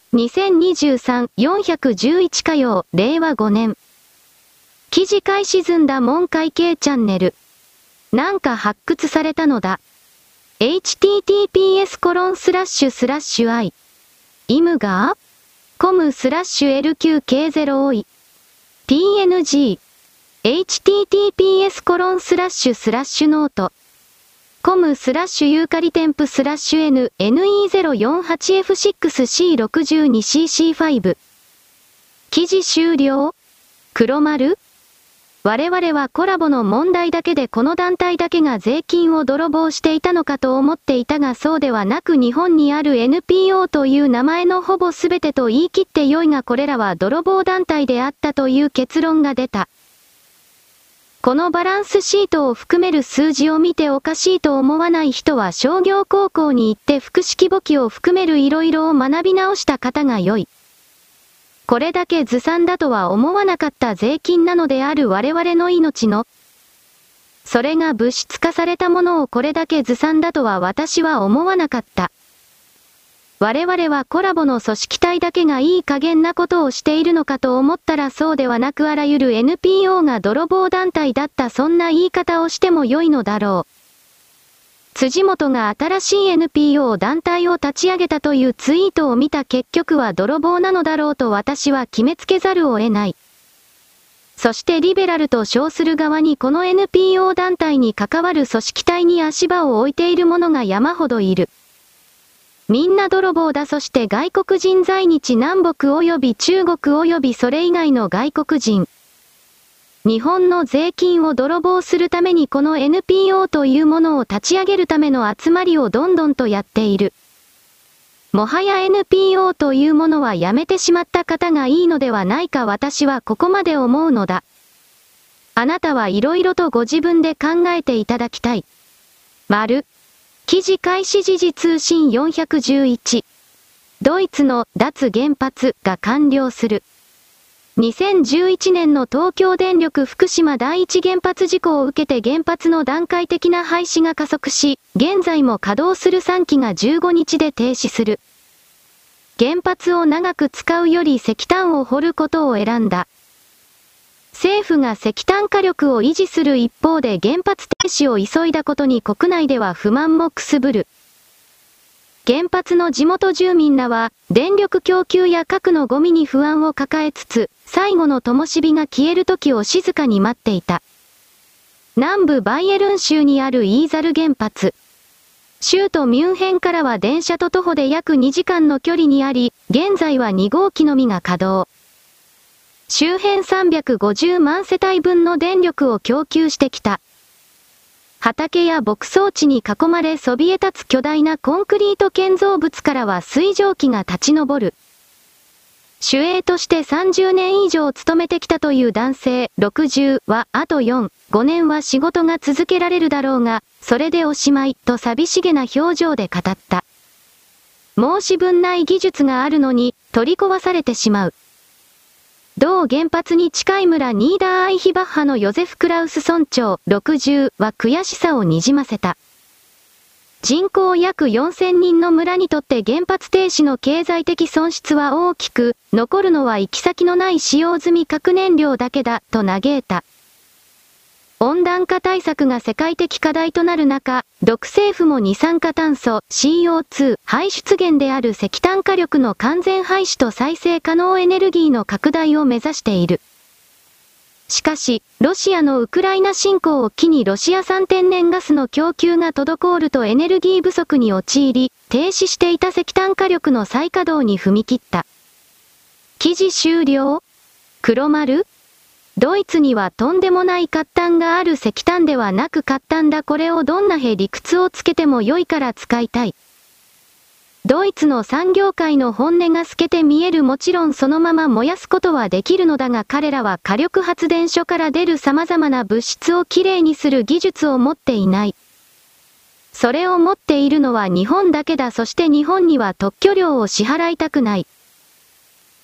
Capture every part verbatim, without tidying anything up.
にせんにじゅうさん、よんひゃくじゅういち火曜、れいわごねん。記事開沈んだ門会計チャンネル。なんか発掘されたのだ。エイチティーティーピーエスコロンスラッシュスラッシュアイ。イムガーコムスラッシュエルキューケーゼロオイ。ピーエヌジー。エイチティーティーピーエスコロンスラッシュスラッシュノート。コムスラッシュユーカリテンプスラッシュ N、エヌイーゼロよんはちエフシックスシーろくじゅうにシーシーファイブ。記事終了？黒丸？我々はコラボの問題だけでこの団体だけが税金を泥棒していたのかと思っていたがそうではなく日本にある エヌピーオー という名前のほぼ全てと言い切ってよいがこれらは泥棒団体であったという結論が出た。このバランスシートを含める数字を見ておかしいと思わない人は商業高校に行って複式簿記を含める色々を学び直した方が良い。これだけずさんだとは思わなかった税金なのである我々の命の。それが物質化されたものをこれだけずさんだとは私は思わなかった。我々はコラボの組織体だけがいい加減なことをしているのかと思ったらそうではなくあらゆる エヌピーオー が泥棒団体だったそんな言い方をしても良いのだろう。辻元が新しい エヌピーオー 団体を立ち上げたというツイートを見た結局は泥棒なのだろうと私は決めつけざるを得ない。そしてリベラルと称する側にこの エヌピーオー 団体に関わる組織体に足場を置いている者が山ほどいる。みんな泥棒だそして外国人在日南北及び中国及びそれ以外の外国人。日本の税金を泥棒するためにこの エヌピーオー というものを立ち上げるための集まりをどんどんとやっている。もはや エヌピーオー というものはやめてしまった方がいいのではないか私はここまで思うのだ。あなたはいろいろとご自分で考えていただきたい。丸。記事開始時事通信よんひゃくじゅういち。ドイツの脱原発が完了する。にせんじゅういちねんの東京電力福島第一原発事故を受けて原発の段階的な廃止が加速し、現在も稼働するさんきがじゅうごにちで停止する。原発を長く使うより石炭を掘ることを選んだ。政府が石炭火力を維持する一方で原発停止を急いだことに国内では不満もくすぶる。原発の地元住民らは、電力供給や核のゴミに不安を抱えつつ、最後の灯火が消える時を静かに待っていた。南部バイエルン州にあるイーザル原発。州都ミュンヘンからは電車と徒歩で約にじかんの距離にあり、現在はにごうきのみが稼働。周辺さんびゃくごじゅうまん世帯分の電力を供給してきた。畑や牧草地に囲まれそびえ立つ巨大なコンクリート建造物からは水蒸気が立ち上る。守衛としてさんじゅうねん以上勤めてきたという男性ろくじゅうはあとよん、ごねんは仕事が続けられるだろうが、それでおしまいと寂しげな表情で語った。申し分ない技術があるのに取り壊されてしまう。同原発に近い村ニーダーアイヒバッハのヨゼフ・クラウス村長ろくじゅうは悔しさをにじませた。人口約よんせんにんの村にとって原発停止の経済的損失は大きく、残るのは行き先のない使用済み核燃料だけだ、と嘆いた。温暖化対策が世界的課題となる中、独政府も二酸化炭素 シーオーツー 排出源である石炭火力の完全廃止と再生可能エネルギーの拡大を目指している。しかし、ロシアのウクライナ侵攻を機にロシア産天然ガスの供給が滞るとエネルギー不足に陥り、停止していた石炭火力の再稼働に踏み切った。記事終了？黒丸？ドイツにはとんでもない褐炭がある石炭ではなく褐炭だこれをどんなへ理屈をつけても良いから使いたい。ドイツの産業界の本音が透けて見えるもちろんそのまま燃やすことはできるのだが彼らは火力発電所から出る様々な物質をきれいにする技術を持っていない。それを持っているのは日本だけだそして日本には特許料を支払いたくない。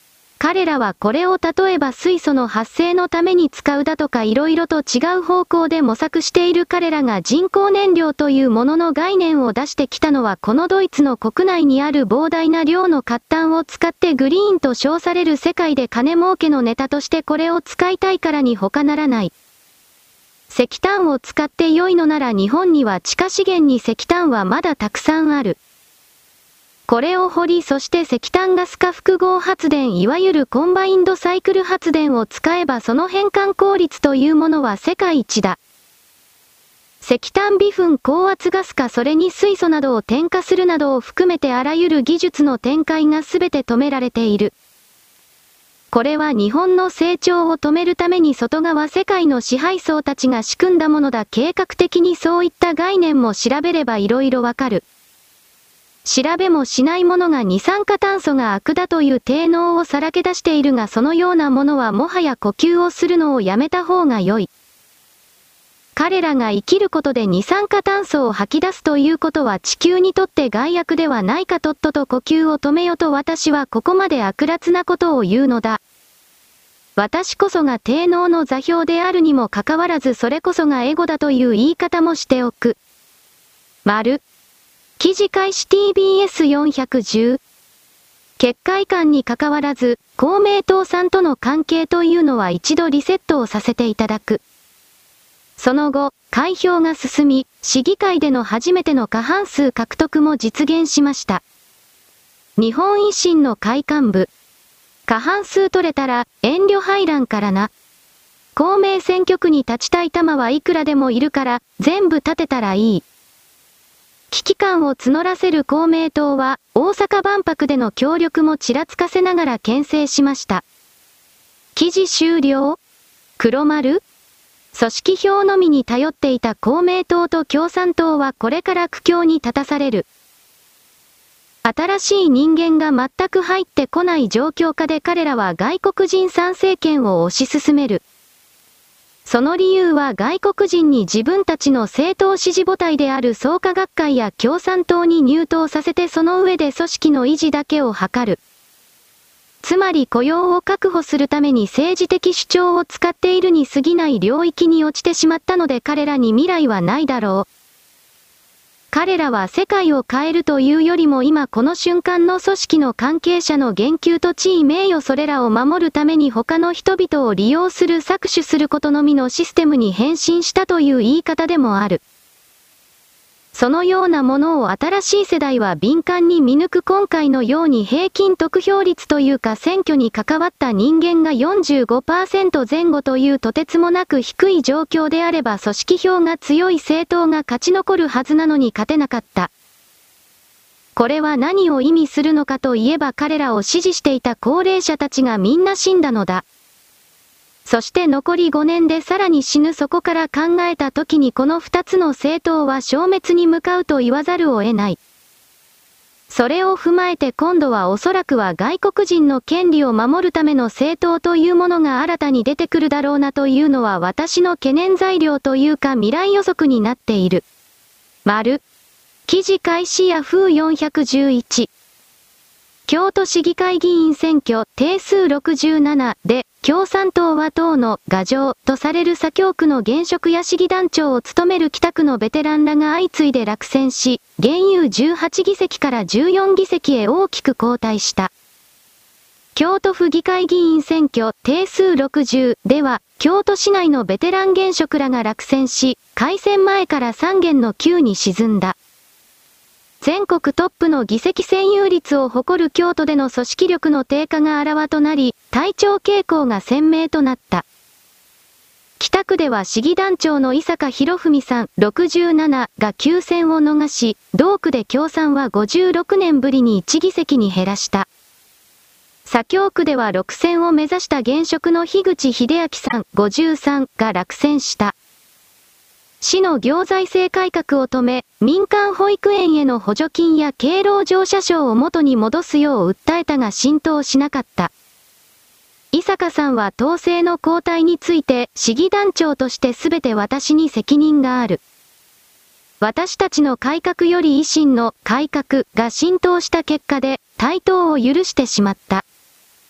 彼らはこれを例えば水素の発生のために使うだとか色々と違う方向で模索している彼らが人工燃料というものの概念を出してきたのはこのドイツの国内にある膨大な量の褐炭を使ってグリーンと称される世界で金儲けのネタとしてこれを使いたいからに他ならない。石炭を使って良いのなら日本には地下資源に石炭はまだたくさんある。これを掘りそして石炭ガス化複合発電いわゆるコンバインドサイクル発電を使えばその変換効率というものは世界一だ。石炭微粉高圧ガス化それに水素などを添加するなどを含めてあらゆる技術の展開がすべて止められている。これは日本の成長を止めるために外側世界の支配層たちが仕組んだものだ。計画的にそういった概念も調べれば色々わかる。調べもしないものが二酸化炭素が悪だという低能をさらけ出しているがそのようなものはもはや呼吸をするのをやめた方が良い。彼らが生きることで二酸化炭素を吐き出すということは地球にとって害悪ではないか。とっとと呼吸を止めよと私はここまで悪辣なことを言うのだ。私こそが低能の座標であるにもかかわらずそれこそがエゴだという言い方もしておく。丸。記事開始 ティービーエスよんひゃくじゅう。結界観に関わらず、公明党さんとの関係というのは一度リセットをさせていただく。その後、開票が進み、市議会での初めての過半数獲得も実現しました。日本維新の会幹部。過半数取れたら、遠慮入らんからな。公明選挙区に立ちたい玉はいくらでもいるから、全部立てたらいい。危機感を募らせる公明党は、大阪万博での協力もちらつかせながら牽制しました。記事終了？黒丸？組織票のみに頼っていた公明党と共産党はこれから苦境に立たされる。新しい人間が全く入ってこない状況下で彼らは外国人参政権を推し進める。その理由は外国人に自分たちの政党支持母体である創価学会や共産党に入党させてその上で組織の維持だけを図る。つまり雇用を確保するために政治的主張を使っているに過ぎない領域に落ちてしまったので彼らに未来はないだろう。彼らは世界を変えるというよりも今この瞬間の組織の関係者の言及と地位名誉それらを守るために他の人々を利用する搾取することのみのシステムに変身したという言い方でもある。そのようなものを新しい世代は敏感に見抜く。今回のように平均得票率というか選挙に関わった人間が よんじゅうごパーセント 前後というとてつもなく低い状況であれば組織票が強い政党が勝ち残るはずなのに勝てなかった。これは何を意味するのかといえば彼らを支持していた高齢者たちがみんな死んだのだ。そして残りごねんでさらに死ぬ。そこから考えた時にこのふたつの政党は消滅に向かうと言わざるを得ない。それを踏まえて今度はおそらくは外国人の権利を守るための政党というものが新たに出てくるだろうなというのは私の懸念材料というか未来予測になっている。丸。記事開始ヤフーよんひゃくじゅういち。京都市議会議員選挙定数ろくじゅうななで、共産党は党の牙城とされる左京区の現職や市議団長を務める北区のベテランらが相次いで落選し、現有じゅうはちぎせきからじゅうよんぎせきへ大きく後退した。京都府議会議員選挙定数ろくじゅうでは、京都市内のベテラン現職らが落選し、改選前からさんげんのきゅうに沈んだ。全国トップの議席占有率を誇る京都での組織力の低下があらわとなり、退潮傾向が鮮明となった。北区では市議団長の伊坂博文さんろくじゅうなながきゅう選を逃し、同区で共産はごじゅうろくねんぶりにいちぎせきに減らした。左京区ではろく選を目指した現職の樋口秀明さんごじゅうさんが落選した。市の行財政改革を止め、民間保育園への補助金や敬老乗車証を元に戻すよう訴えたが浸透しなかった。伊坂さんは党勢の後退について、市議団長としてすべて私に責任がある。私たちの改革より維新の改革が浸透した結果で、台頭を許してしまった。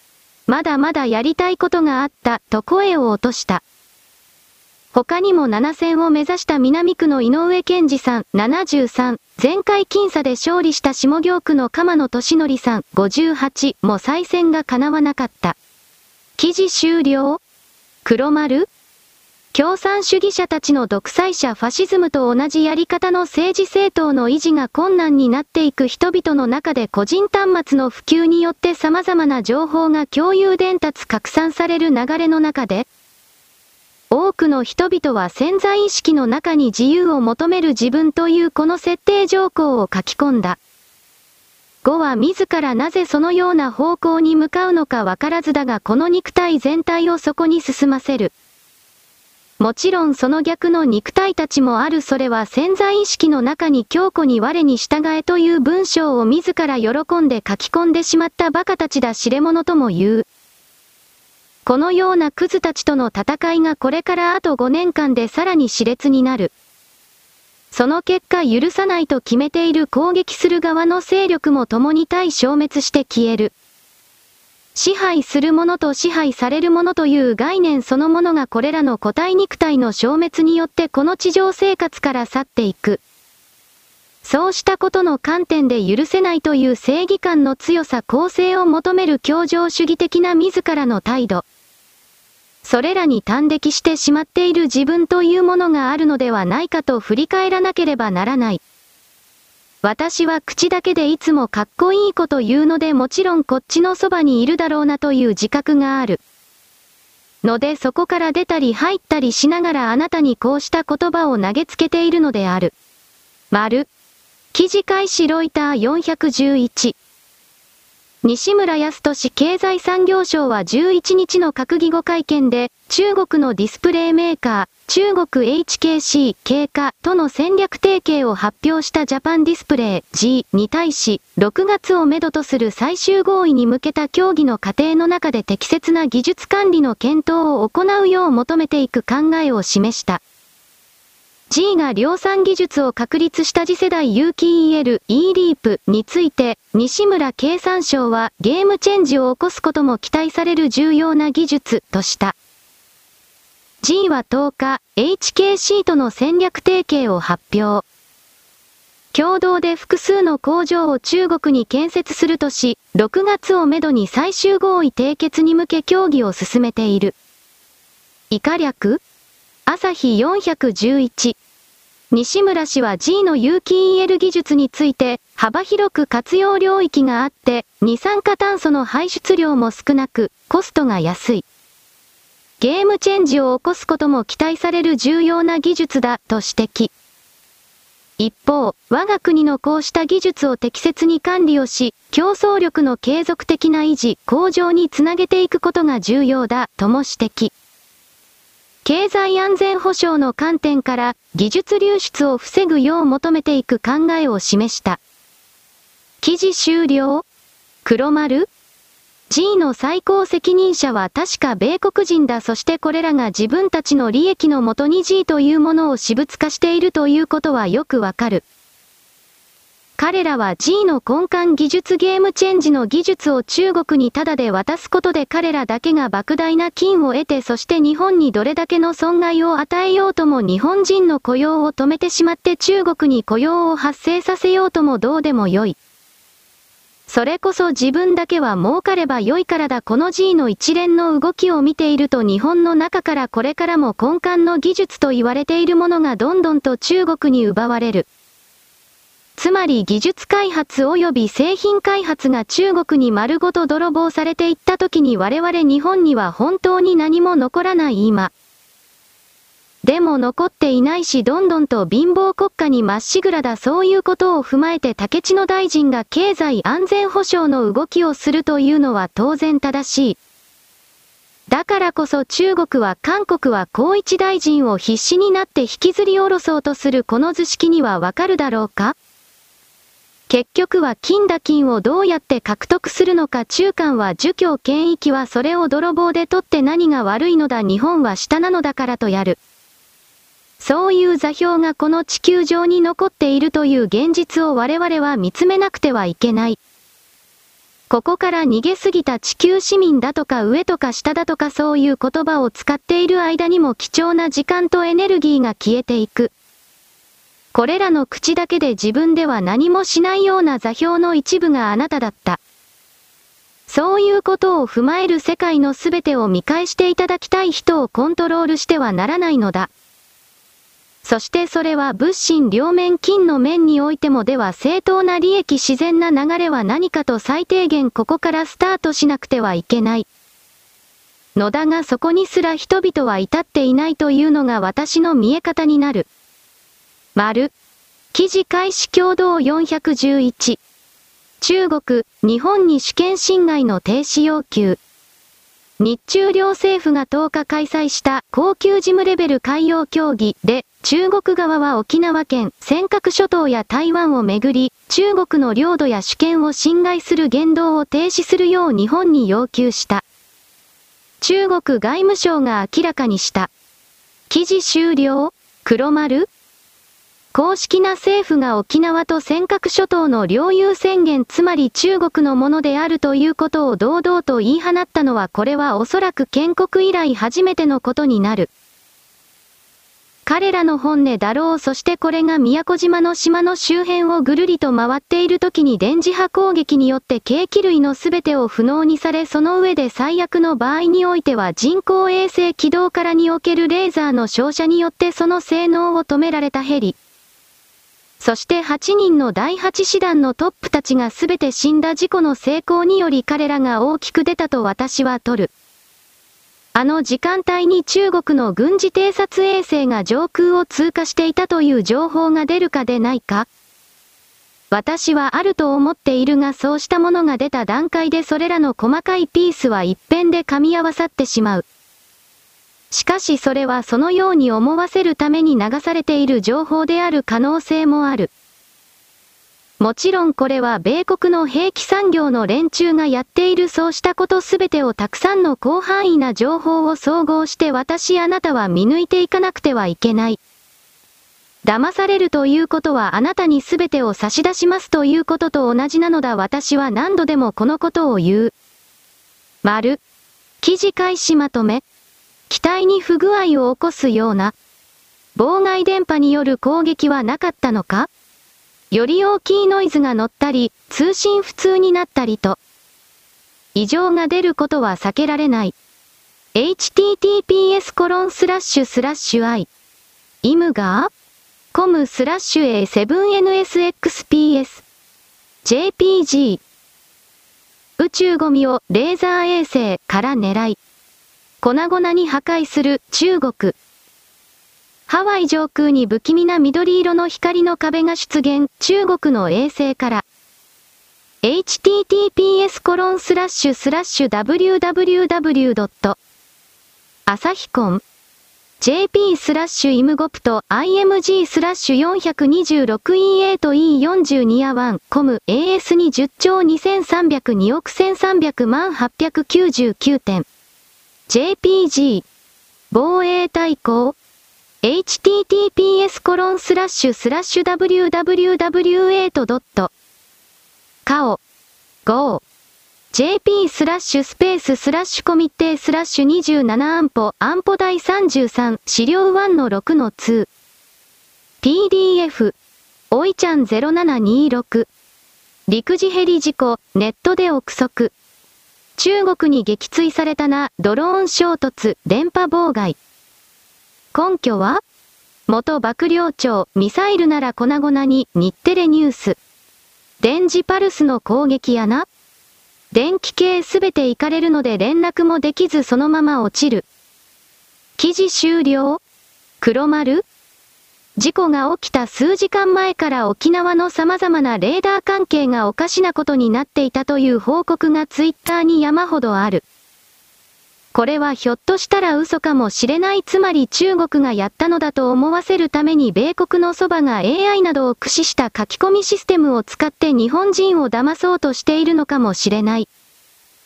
まだまだやりたいことがあった、と声を落とした。他にもなな戦を目指した南区の井上健二さん、ななじゅうさん、前回僅差で勝利した下京区の鎌野俊則さん、ごじゅうはちも再選が叶わなかった。記事終了？黒丸？共産主義者たちの独裁者ファシズムと同じやり方の政治政党の維持が困難になっていく人々の中で個人端末の普及によって様々な情報が共有伝達拡散される流れの中で、多くの人々は潜在意識の中に自由を求める自分というこの設定条項を書き込んだ。ごは自らなぜそのような方向に向かうのかわからずだがこの肉体全体をそこに進ませる。もちろんその逆の肉体たちもあるそれは潜在意識の中に強固に我に従えという文章を自ら喜んで書き込んでしまった馬鹿たちだ知れ者とも言う。このようなクズたちとの戦いがこれからあとごねんかんでさらに熾烈になる。その結果許さないと決めている攻撃する側の勢力も共に対消滅して消える。支配する者と支配される者という概念そのものがこれらの個体肉体の消滅によってこの地上生活から去っていく。そうしたことの観点で許せないという正義感の強さ公正を求める協情主義的な自らの態度。それらに端的してしまっている自分というものがあるのではないかと振り返らなければならない。私は口だけでいつもかっこいいこと言うのでもちろんこっちのそばにいるだろうなという自覚がある。のでそこから出たり入ったりしながらあなたにこうした言葉を投げつけているのである。丸。記事開始ロイターよんひゃくじゅういち。西村康稔経済産業省はじゅういちにちの閣議後会見で、中国のディスプレイメーカー、中国 エイチケーシー 経過との戦略提携を発表したジャパンディスプレイ G に対し、ろくがつをめどとする最終合意に向けた協議の過程の中で適切な技術管理の検討を行うよう求めていく考えを示した。G が量産技術を確立した次世代有機 イーエル、E リープについて、西村経産省はゲームチェンジを起こすことも期待される重要な技術とした。G はとおか、エイチケーシー との戦略提携を発表。共同で複数の工場を中国に建設するとし、ろくがつをめどに最終合意締結に向け協議を進めている。以下略？朝日よんひゃくじゅういち。西村氏は G の有機 イーエル 技術について、幅広く活用領域があって、二酸化炭素の排出量も少なく、コストが安い。ゲームチェンジを起こすことも期待される重要な技術だ、と指摘。一方、我が国のこうした技術を適切に管理をし、競争力の継続的な維持、向上につなげていくことが重要だ、とも指摘。経済安全保障の観点から技術流出を防ぐよう求めていく考えを示した。記事終了？黒丸？ G の最高責任者は確か米国人だ。そしてこれらが自分たちの利益のもとに G というものを私物化しているということはよくわかる。彼らは G の根幹技術ゲームチェンジの技術を中国にタダで渡すことで彼らだけが莫大な金を得てそして日本にどれだけの損害を与えようとも日本人の雇用を止めてしまって中国に雇用を発生させようともどうでもよい。それこそ自分だけは儲かれば良いからだ。この G の一連の動きを見ていると日本の中からこれからも根幹の技術と言われているものがどんどんと中国に奪われる。つまり技術開発及び製品開発が中国に丸ごと泥棒されていった時に我々日本には本当に何も残らない今。でも残っていないしどんどんと貧乏国家にまっしぐらだ。そういうことを踏まえて竹地の大臣が経済安全保障の動きをするというのは当然正しい。だからこそ中国は韓国は宏一大臣を必死になって引きずり下ろそうとするこの図式にはわかるだろうか？結局は金だ金をどうやって獲得するのか。中間は儒教権益はそれを泥棒で取って何が悪いのだ。日本は下なのだからとやる。そういう座標がこの地球上に残っているという現実を我々は見つめなくてはいけない。 ここから逃げすぎた地球市民だとか上とか下だとかそういう言葉を使っている間にも貴重な時間とエネルギーが消えていく。これらの口だけで自分では何もしないような座標の一部があなただった。そういうことを踏まえる世界のすべてを見返していただきたい人をコントロールしてはならないのだ。そしてそれは物心両面金の面においてもでは正当な利益自然な流れは何かと最低限ここからスタートしなくてはいけない。のだがそこにすら人々は至っていないというのが私の見え方になる。丸。記事開始共同よんひゃくじゅういち。中国、日本に主権侵害の停止要求。日中両政府がとおか開催した高級事務レベル海洋協議で、中国側は沖縄県、尖閣諸島や台湾をめぐり、中国の領土や主権を侵害する言動を停止するよう日本に要求した。中国外務省が明らかにした。記事終了？黒丸？公式な政府が沖縄と尖閣諸島の領有宣言つまり中国のものであるということを堂々と言い放ったのはこれはおそらく建国以来初めてのことになる。彼らの本音だろう。そしてこれが宮古島の島の周辺をぐるりと回っている時に電磁波攻撃によって計器類のすべてを不能にされその上で最悪の場合においては人工衛星軌道からにおけるレーザーの照射によってその性能を止められたヘリ。そしてはちにんのだいはち師団のトップたちがすべて死んだ事故の成功により彼らが大きく出たと私は取る。あの時間帯に中国の軍事偵察衛星が上空を通過していたという情報が出るか出ないか？私はあると思っているがそうしたものが出た段階でそれらの細かいピースは一遍で噛み合わさってしまう。しかしそれはそのように思わせるために流されている情報である可能性もある。もちろんこれは米国の兵器産業の連中がやっているそうしたことすべてをたくさんの広範囲な情報を総合して私あなたは見抜いていかなくてはいけない。騙されるということはあなたにすべてを差し出しますということと同じなのだ。私は何度でもこのことを言う。丸。記事開始まとめ。機体に不具合を起こすような妨害電波による攻撃はなかったのか？より大きいノイズが乗ったり、通信不通になったりと、異常が出ることは避けられない。エイチティーティーピーエスコロンスラッシュスラッシュアイイムガーコムスラッシュエーセブンエヌエスエックスピーエスジェーピージー 宇宙ゴミをレーザー衛星から狙い、粉々に破壊する中国。ハワイ上空に不気味な緑色の光の壁が出現、中国の衛星から。エイチティーティーピーエスコロンスラッシュスラッシュダブリューダブリューダブリュードットアサヒコン ジェーピー スラッシュイムゴプト アイエムジー スラッシュよんにろくイーエイトイーよんじゅうにアワンコム エーエスにじゅっちょうにせんさんびゃくにおくせんさんびゃくまんはっぴゃくきゅうじゅうきゅうてん ジェーピージー 防衛対抗エイチティーティーピーエスコロンスラッシュスラッシュダブリューダブリューダブリューエイトドットカオゴー ジェーピー スラッシュスペーススラッシュコミッテースラッシュにじゅうなな安保安保第さんじゅうさん資料いちのろくのに ピーディーエフ おいちゃんゼロななにろく陸自ヘリ事故ネットで憶測中国に撃墜されたなドローン衝突電波妨害根拠は元幕僚長ミサイルなら粉々に日テレニュース電磁パルスの攻撃やな電気系すべて行かれるので連絡もできずそのまま落ちる。記事終了？黒丸？事故が起きた数時間前から沖縄の様々なレーダー関係がおかしなことになっていたという報告がツイッターに山ほどある。これはひょっとしたら嘘かもしれない。つまり中国がやったのだと思わせるために米国のそばが エーアイ などを駆使した書き込みシステムを使って日本人を騙そうとしているのかもしれない。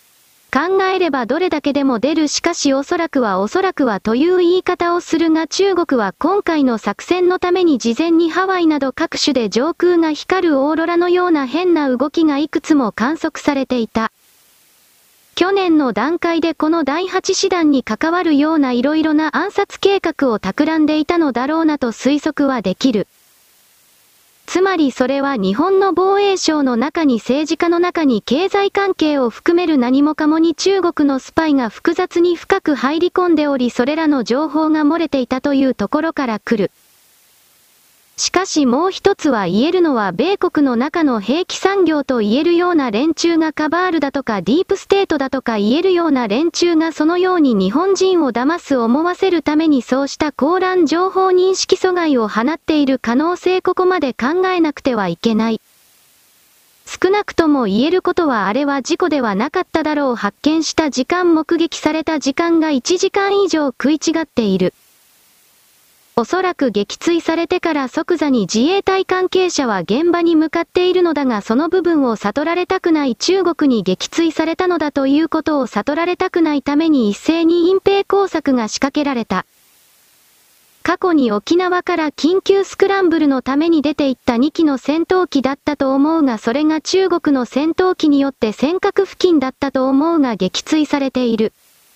考えればどれだけでも出るしかしおそらくはおそらくはという言い方をするが中国は今回の作戦のために事前にハワイなど各種で上空が光るオーロラのような変な動きがいくつも観測されていた。去年の段階でこのだいはち師団に関わるような色々な暗殺計画を企んでいたのだろうなと推測はできる。つまりそれは日本の防衛省の中に政治家の中に経済関係を含める何もかもに中国のスパイが複雑に深く入り込んでおりそれらの情報が漏れていたというところから来る。しかしもう一つは言えるのは米国の中の兵器産業と言えるような連中がカバールだとかディープステートだとか言えるような連中がそのように日本人を騙す思わせるためにそうした混乱情報認識阻害を放っている可能性ここまで考えなくてはいけない。少なくとも言えることはあれは事故ではなかっただろう発見した時間目撃された時間がいちじかん以上食い違っている。おそらく撃墜されてから即座に自衛隊関係者は現場に向かっているのだがその部分を悟られたくない中国に撃墜されたのだということを悟られたくないために一斉に隠蔽工作が仕掛けられた。過去に沖縄から緊急スクランブルのために出て行ったにきの戦闘機だったと思うがそれが中国の戦闘機によって尖閣付近だったと思うが撃墜されている。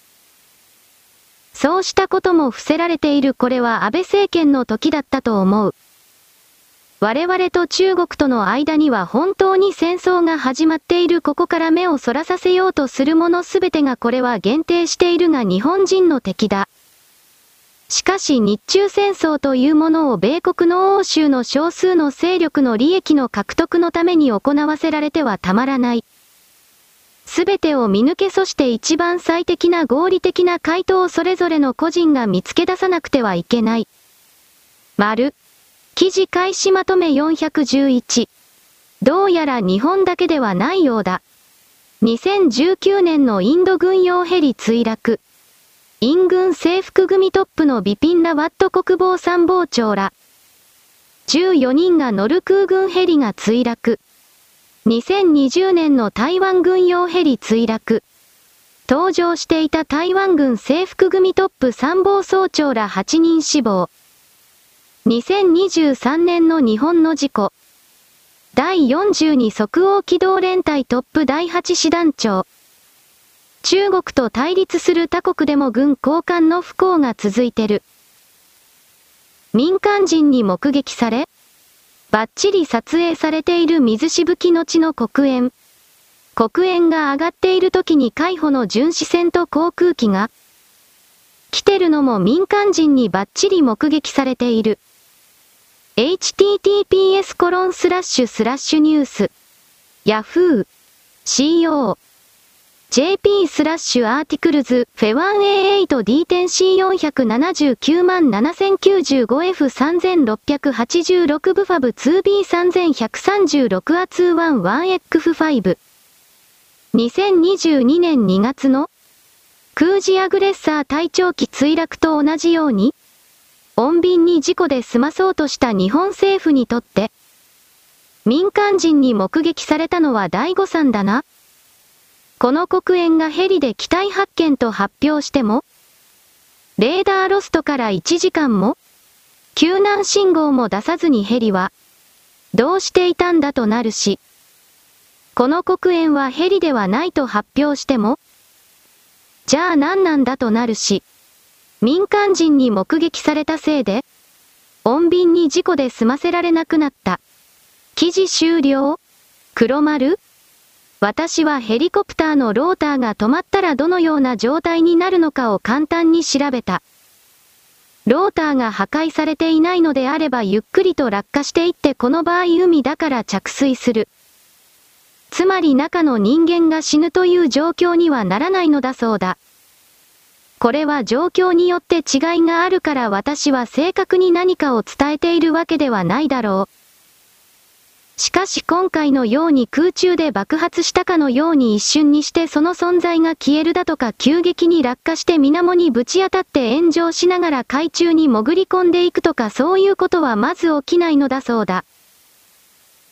そうしたことも伏せられているこれは安倍政権の時だったと思う。我々と中国との間には本当に戦争が始まっているここから目をそらさせようとするものすべてがこれは限定しているが日本人の敵だ。しかし日中戦争というものを米国の欧州の少数の勢力の利益の獲得のために行わせられてはたまらない。すべてを見抜けそして一番最適な合理的な回答をそれぞれの個人が見つけ出さなくてはいけない。丸。記事開始まとめよんひゃくじゅういち。どうやら日本だけではないようだ。にせんじゅうきゅうねんのインド軍用ヘリ墜落。イン軍制服組トップのビピン・ラワット国防参謀長ら。じゅうよにんが乗る空軍ヘリが墜落。にせんにじゅうねんの台湾軍用ヘリ墜落。搭乗していた台湾軍制服組トップ参謀総長らはちにん死亡。にせんにじゅうさんねんの日本の事故。だいよんじゅうに即応機動連隊トップだいはち師団長。中国と対立する他国でも軍高官の不幸が続いてる。民間人に目撃されバッチリ撮影されている水しぶきのちの黒煙。黒煙が上がっている時に海保の巡視船と航空機が来てるのも民間人にバッチリ目撃されている。エイチティーティーピーエスコロンスラッシュスラッシュニュース ヤフー シーオー ジェーピー スラッシュアーティクルズフェワンエーエイトディーテンシーよんひゃくななじゅうきゅうまんななせんきゅうじゅうごエフさんぜんろっぴゃくはちじゅうろくブファブ ツービーさんぜんひゃくさんじゅうろくアツーワンワンエックフファイブ。にせんにじゅうにねんにがつの空自アグレッサー隊長機墜落と同じように穏便に事故で済まそうとした日本政府にとって民間人に目撃されたのは大誤算だな。この黒煙がヘリで機体発見と発表しても、レーダーロストからいちじかんも、救難信号も出さずにヘリは、どうしていたんだとなるし、この黒煙はヘリではないと発表しても、じゃあ何なんだとなるし、民間人に目撃されたせいで、穏便に事故で済ませられなくなった。記事終了。黒丸。私はヘリコプターのローターが止まったらどのような状態になるのかを簡単に調べた。ローターが破壊されていないのであればゆっくりと落下していってこの場合海だから着水する。つまり中の人間が死ぬという状況にはならないのだそうだ。これは状況によって違いがあるから私は正確に何かを伝えているわけではないだろう。しかし今回のように空中で爆発したかのように一瞬にしてその存在が消えるだとか急激に落下して水面にぶち当たって炎上しながら海中に潜り込んでいくとかそういうことはまず起きないのだそうだ。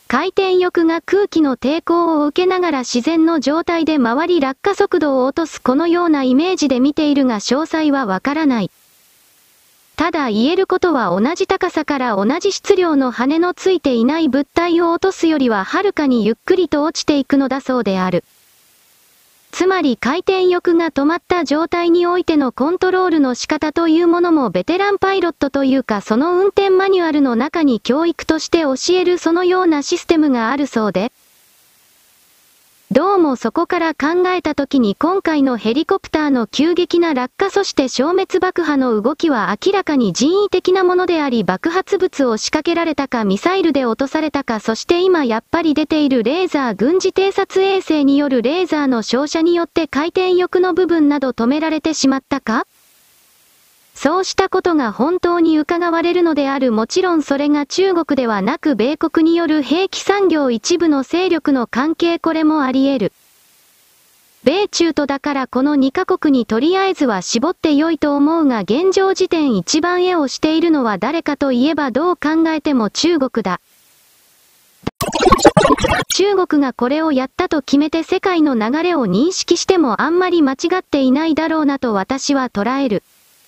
回転翼が空気の抵抗を受けながら自然の状態で回り落下速度を落とすこのようなイメージで見ているが詳細はわからない。ただ言えることは同じ高さから同じ質量の羽のついていない物体を落とすよりははるかにゆっくりと落ちていくのだそうである。つまり回転翼が止まった状態においてのコントロールの仕方というものもベテランパイロットというかその運転マニュアルの中に教育として教えるそのようなシステムがあるそうで、どうもそこから考えたときに今回のヘリコプターの急激な落下そして消滅爆破の動きは明らかに人為的なものであり爆発物を仕掛けられたかミサイルで落とされたかそして今やっぱり出ているレーザー軍事偵察衛星によるレーザーの照射によって回転翼の部分など止められてしまったか？そうしたことが本当に伺われるのである。もちろんそれが中国ではなく米国による兵器産業一部の勢力の関係これもあり得る。米中とだからこのにカ国にとりあえずは絞って良いと思うが現状時点一番絵をしているのは誰かといえばどう考えても中国だ。中国がこれをやったと決めて世界の流れを認識してもあんまり間違っていないだろうなと私は捉える。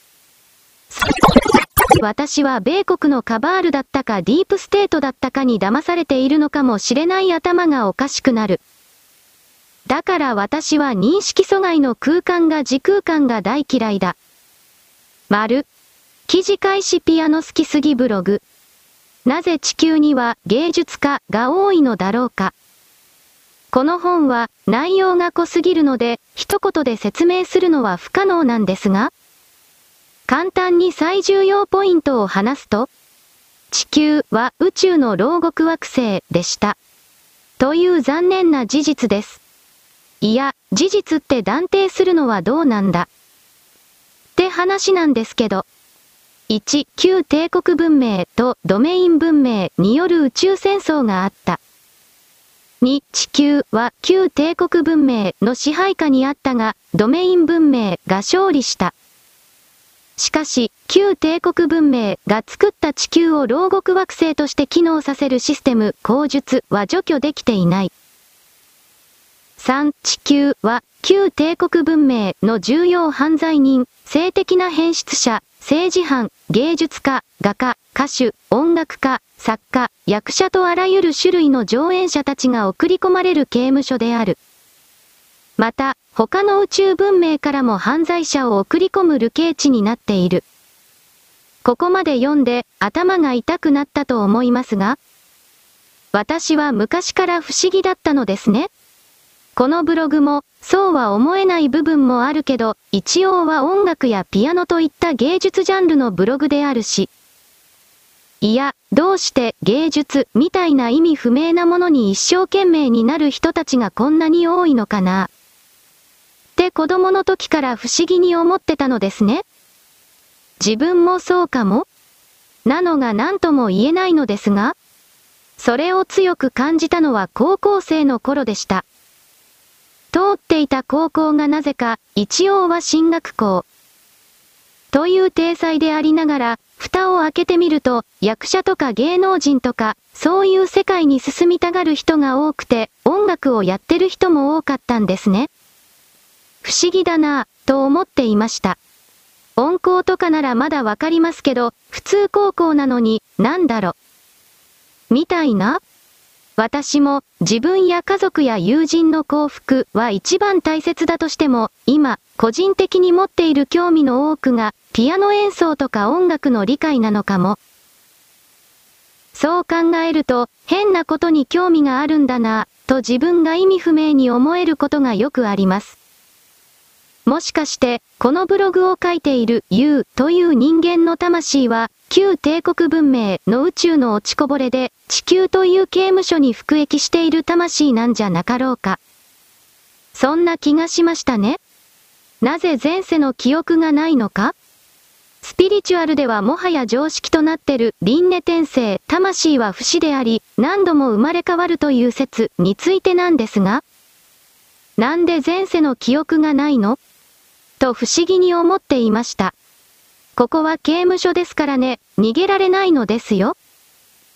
私は米国のカバールだったかディープステートだったかに騙されているのかもしれない頭がおかしくなる。だから私は認識阻害の空間が時空間が大嫌いだ。丸。記事開始ピアノ好きすぎブログ。なぜ地球には芸術家が多いのだろうか。この本は内容が濃すぎるので一言で説明するのは不可能なんですが、簡単に最重要ポイントを話すと、地球は宇宙の牢獄惑星でした。という残念な事実です。いや、事実って断定するのはどうなんだ。って話なんですけど。いち、旧帝国文明とドメイン文明による宇宙戦争があった。に、地球は旧帝国文明の支配下にあったが、ドメイン文明が勝利した。しかし、旧帝国文明が作った地球を牢獄惑星として機能させるシステム、口述は除去できていない。さん、地球は旧帝国文明の重要犯罪人、性的な変質者、政治犯、芸術家、画家、歌手、音楽家、作家、役者とあらゆる種類の上演者たちが送り込まれる刑務所である。また、他の宇宙文明からも犯罪者を送り込む流刑地になっている。ここまで読んで頭が痛くなったと思いますが、私は昔から不思議だったのですね。このブログも、そうは思えない部分もあるけど、一応は音楽やピアノといった芸術ジャンルのブログであるし。いや、どうして芸術みたいな意味不明なものに一生懸命になる人たちがこんなに多いのかな。って子供の時から不思議に思ってたのですね。自分もそうかもなのが何とも言えないのですが、それを強く感じたのは高校生の頃でした。通っていた高校がなぜか、一応は進学校。という体裁でありながら、蓋を開けてみると、役者とか芸能人とか、そういう世界に進みたがる人が多くて、音楽をやってる人も多かったんですね。不思議だなぁ、と思っていました。音高とかならまだわかりますけど、普通高校なのに、なんだろ。みたいな？私も、自分や家族や友人の幸福は一番大切だとしても、今、個人的に持っている興味の多くが、ピアノ演奏とか音楽の理解なのかも。そう考えると、変なことに興味があるんだなぁ、と自分が意味不明に思えることがよくあります。もしかして、このブログを書いている ユー という人間の魂は、旧帝国文明の宇宙の落ちこぼれで、地球という刑務所に服役している魂なんじゃなかろうか。そんな気がしましたね。なぜ前世の記憶がないのか？スピリチュアルではもはや常識となってる輪廻転生、魂は不死であり、何度も生まれ変わるという説についてなんですが、なんで前世の記憶がないの？と不思議に思っていました。ここは刑務所ですからね、逃げられないのですよ。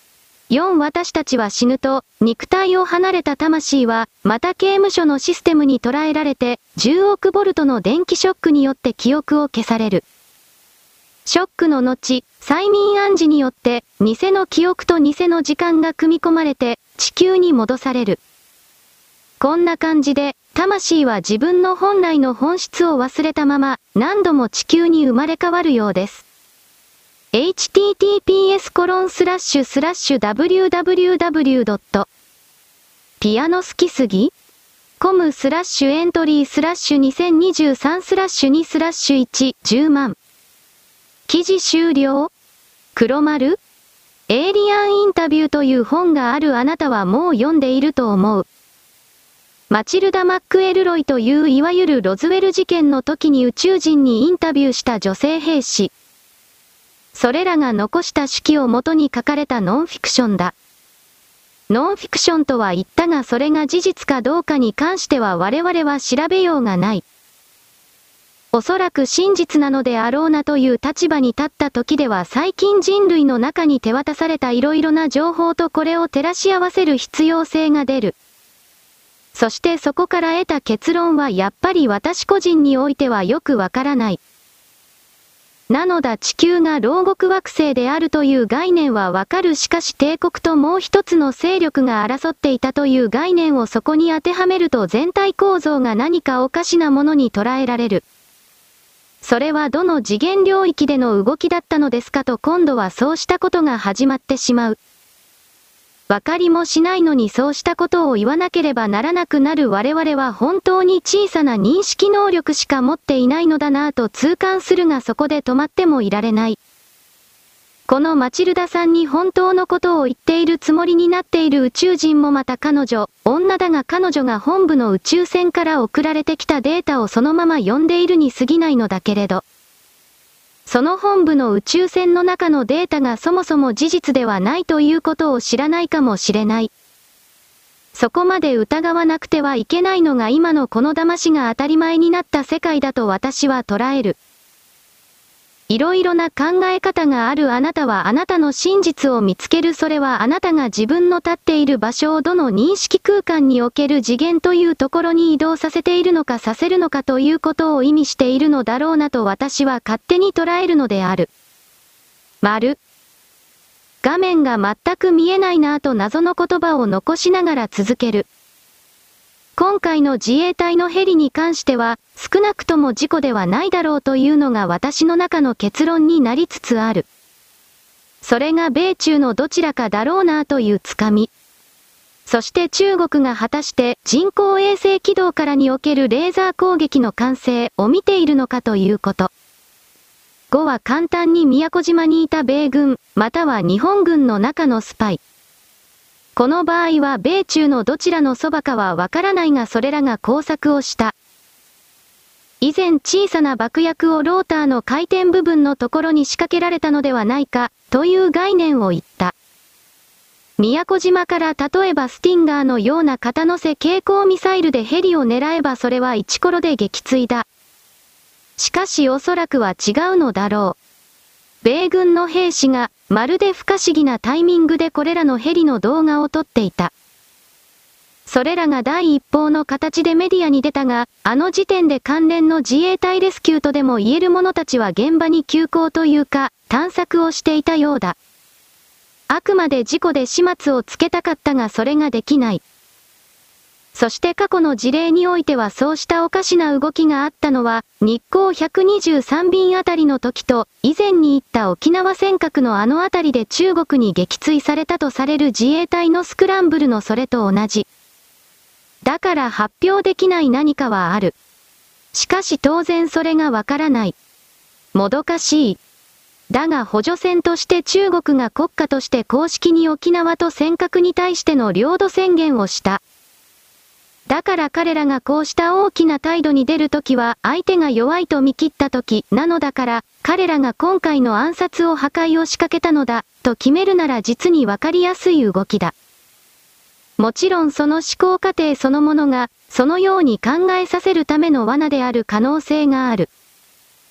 よん私たちは死ぬと、肉体を離れた魂は、また刑務所のシステムに捉えられて、じゅうおくボルトの電気ショックによって記憶を消される。ショックの後、催眠暗示によって、偽の記憶と偽の時間が組み込まれて、地球に戻される。こんな感じで、魂は自分の本来の本質を忘れたまま、何度も地球に生まれ変わるようです。エイチティーティーピーエスコロンスラッシュスラッシュダブリューダブリューダブリュードットピアノ好きすぎコムスラッシュエントリースラッシュにせんにじゅうさんスラッシュにスラッシュいち、じゅうまん。記事終了？黒丸？エイリアンインタビューという本があるあなたはもう読んでいると思う。マチルダ・マックエルロイといういわゆるロズウェル事件の時に宇宙人にインタビューした女性兵士。それらが残した手記を元に書かれたノンフィクションだ。ノンフィクションとは言ったがそれが事実かどうかに関しては我々は調べようがない。おそらく真実なのであろうなという立場に立った時では最近人類の中に手渡された色々な情報とこれを照らし合わせる必要性が出る。そしてそこから得た結論はやっぱり私個人においてはよくわからない。なのだ地球が牢獄惑星であるという概念はわかるしかし帝国ともう一つの勢力が争っていたという概念をそこに当てはめると全体構造が何かおかしなものに捉えられる。それはどの次元領域での動きだったのですかと今度はそうしたことが始まってしまう。わかりもしないのにそうしたことを言わなければならなくなる我々は本当に小さな認識能力しか持っていないのだなぁと痛感するがそこで止まってもいられない。このマチルダさんに本当のことを言っているつもりになっている宇宙人もまた彼女、女だが彼女が本部の宇宙船から送られてきたデータをそのまま読んでいるに過ぎないのだけれど。その本部の宇宙船の中のデータがそもそも事実ではないということを知らないかもしれない。そこまで疑わなくてはいけないのが今のこの騙しが当たり前になった世界だと私は捉える。いろいろな考え方があるあなたはあなたの真実を見つけるそれはあなたが自分の立っている場所をどの認識空間における次元というところに移動させているのかさせるのかということを意味しているのだろうなと私は勝手に捉えるのである。丸。画面が全く見えないなぁと謎の言葉を残しながら続ける。今回の自衛隊のヘリに関しては、少なくとも事故ではないだろうというのが私の中の結論になりつつある。それが米中のどちらかだろうなぁというつかみ。そして中国が果たして人工衛星軌道からにおけるレーザー攻撃の完成を見ているのかということ。ごは簡単に宮古島にいた米軍、または日本軍の中のスパイ。この場合は米中のどちらのそばかはわからないがそれらが工作をした。以前小さな爆薬をローターの回転部分のところに仕掛けられたのではないか、という概念を言った。宮古島から例えばスティンガーのような片乗せ携行ミサイルでヘリを狙えばそれはイチコロで撃墜だ。しかしおそらくは違うのだろう。米軍の兵士が、まるで不可思議なタイミングでこれらのヘリの動画を撮っていた。それらが第一報の形でメディアに出たが、あの時点で関連の自衛隊レスキューとでも言える者たちは現場に急行というか、探索をしていたようだ。あくまで事故で始末をつけたかったがそれができない。そして過去の事例においてはそうしたおかしな動きがあったのは、日航ひゃくにじゅうさん便あたりの時と、以前に言った沖縄尖閣のあのあたりで中国に撃墜されたとされる自衛隊のスクランブルのそれと同じ。だから発表できない何かはある。しかし当然それがわからない。もどかしい。だが補助線として中国が国家として公式に沖縄と尖閣に対しての領土宣言をした。だから彼らがこうした大きな態度に出るときは相手が弱いと見切ったときなのだから彼らが今回の暗殺を破壊を仕掛けたのだと決めるなら実にわかりやすい動きだ。もちろんその思考過程そのものがそのように考えさせるための罠である可能性がある。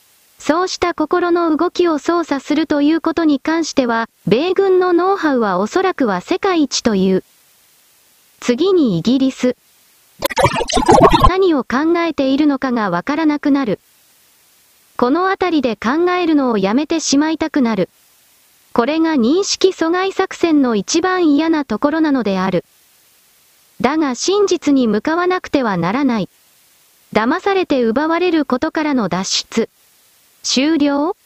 そうした心の動きを操作するということに関しては、米軍のノウハウはおそらくは世界一という。次にイギリス。何を考えているのかがわからなくなる。このあたりで考えるのをやめてしまいたくなる。これが認識阻害作戦の一番嫌なところなのである。だが真実に向かわなくてはならない。騙されて奪われることからの脱出。終了？